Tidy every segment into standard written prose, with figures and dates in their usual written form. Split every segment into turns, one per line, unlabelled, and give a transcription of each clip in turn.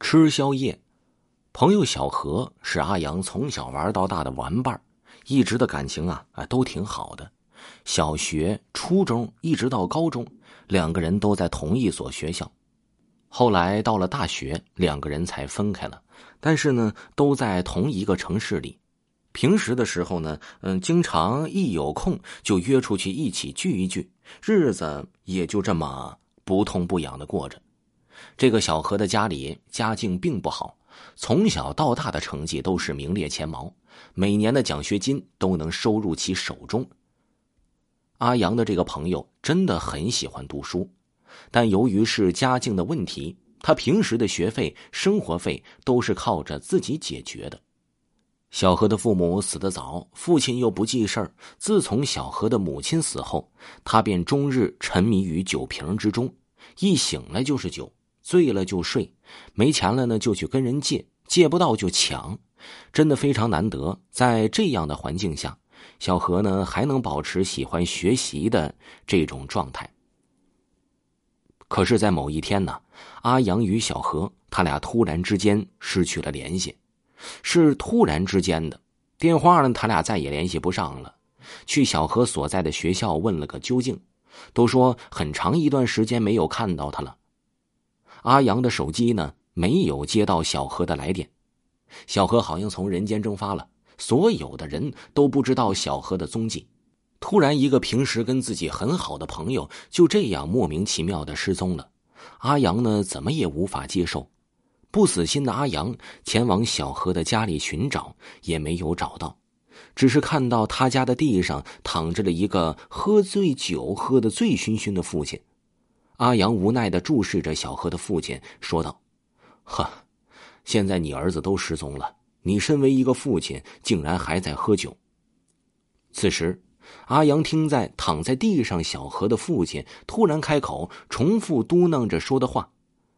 吃宵夜。朋友小何是阿阳从小玩到大的玩伴，一直的感情都挺好的。小学、初中一直到高中，两个人都在同一所学校。后来到了大学，两个人才分开了，但是呢，都在同一个城市里。平时的时候呢，经常一有空就约出去一起聚一聚，日子也就这么不痛不痒的过着。这个小何的家里家境并不好，从小到大的成绩都是名列前茅，每年的奖学金都能收入其手中。阿阳的这个朋友真的很喜欢读书，但由于是家境的问题，他平时的学费、生活费都是靠着自己解决的。小何的父母死得早，父亲又不记事儿，自从小何的母亲死后，他便终日沉迷于酒瓶之中，一醒来就是酒，醉了就睡，没钱了呢就去跟人借，借不到就抢，真的非常难得。在这样的环境下，小何呢还能保持喜欢学习的这种状态。可是在某一天呢，阿阳与小何他俩突然之间失去了联系，是突然之间的，电话呢他俩再也联系不上了。去小何所在的学校问了个究竟，都说很长一段时间没有看到他了。阿阳的手机呢没有接到小何的来电，小何好像从人间蒸发了，所有的人都不知道小何的踪迹。突然一个平时跟自己很好的朋友就这样莫名其妙的失踪了，阿阳呢怎么也无法接受。不死心的阿阳前往小何的家里寻找，也没有找到，只是看到他家的地上躺着了一个喝醉酒喝得醉醺醺的父亲。阿阳无奈地注视着小何的父亲，说道：现在你儿子都失踪了，你身为一个父亲竟然还在喝酒。此时阿阳听在躺在地上小何的父亲突然开口，重复嘟囔着说的话：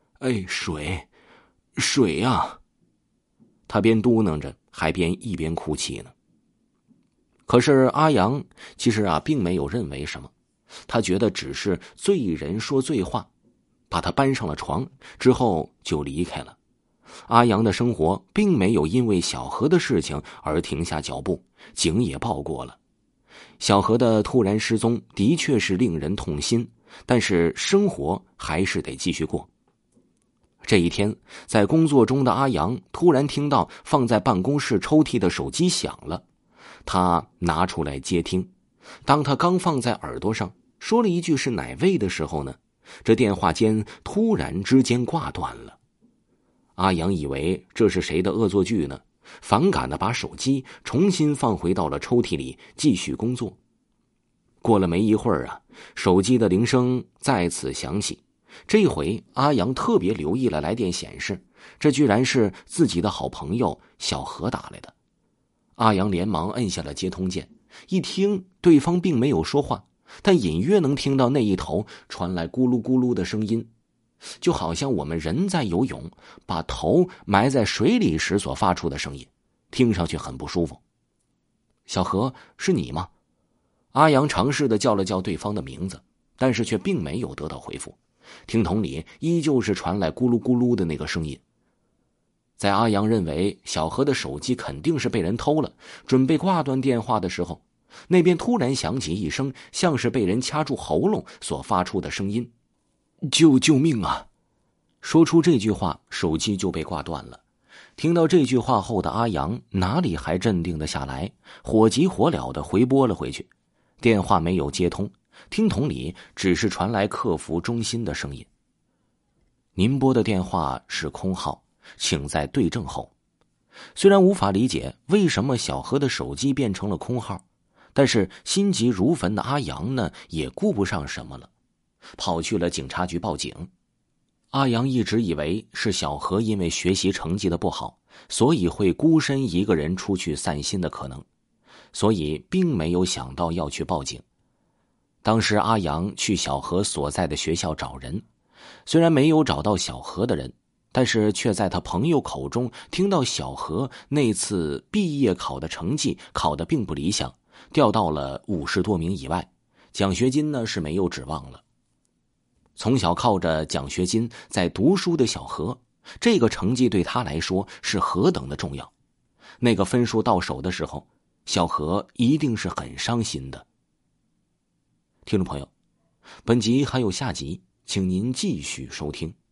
水啊。他边嘟囔着还一边哭泣呢。可是阿阳其实并没有认为什么，他觉得只是醉人说醉话，把他搬上了床之后就离开了。阿阳的生活并没有因为小何的事情而停下脚步，警也报过了。小何的突然失踪的确是令人痛心，但是生活还是得继续过。这一天，在工作中的阿阳突然听到放在办公室抽屉的手机响了，他拿出来接听。当他刚放在耳朵上说了一句是哪位的时候呢，这电话间突然之间挂断了。阿阳以为这是谁的恶作剧呢，反感地把手机重新放回到了抽屉里，继续工作。过了没一会儿手机的铃声再次响起，这回阿阳特别留意了来电显示，这居然是自己的好朋友小何打来的。阿阳连忙摁下了接通键，一听对方并没有说话，但隐约能听到那一头传来咕噜咕噜的声音，就好像我们人在游泳把头埋在水里时所发出的声音，听上去很不舒服。小何，是你吗？阿阳尝试地叫了叫对方的名字，但是却并没有得到回复，听筒里依旧是传来咕噜咕噜的那个声音。在阿阳认为小何的手机肯定是被人偷了，准备挂断电话的时候，那边突然响起一声像是被人掐住喉咙所发出的声音：救命啊！说出这句话，手机就被挂断了。听到这句话后的阿阳哪里还镇定得下来，火急火燎地回拨了回去。电话没有接通，听筒里只是传来客服中心的声音：您拨的电话是空号，请在对正后。虽然无法理解为什么小何的手机变成了空号，但是心急如焚的阿阳呢也顾不上什么了，跑去了警察局报警。阿阳一直以为是小何因为学习成绩的不好，所以会孤身一个人出去散心的可能，所以并没有想到要去报警。当时阿阳去小何所在的学校找人，虽然没有找到小何的人，但是却在他朋友口中听到小何那次毕业考的成绩考得并不理想，掉到了50多名以外，奖学金呢是没有指望了。从小靠着奖学金在读书的小何， 这个成绩对他来说是何等的重要。那个分数到手的时候，小何一定是很伤心的。听众朋友，本集还有下集，请您继续收听。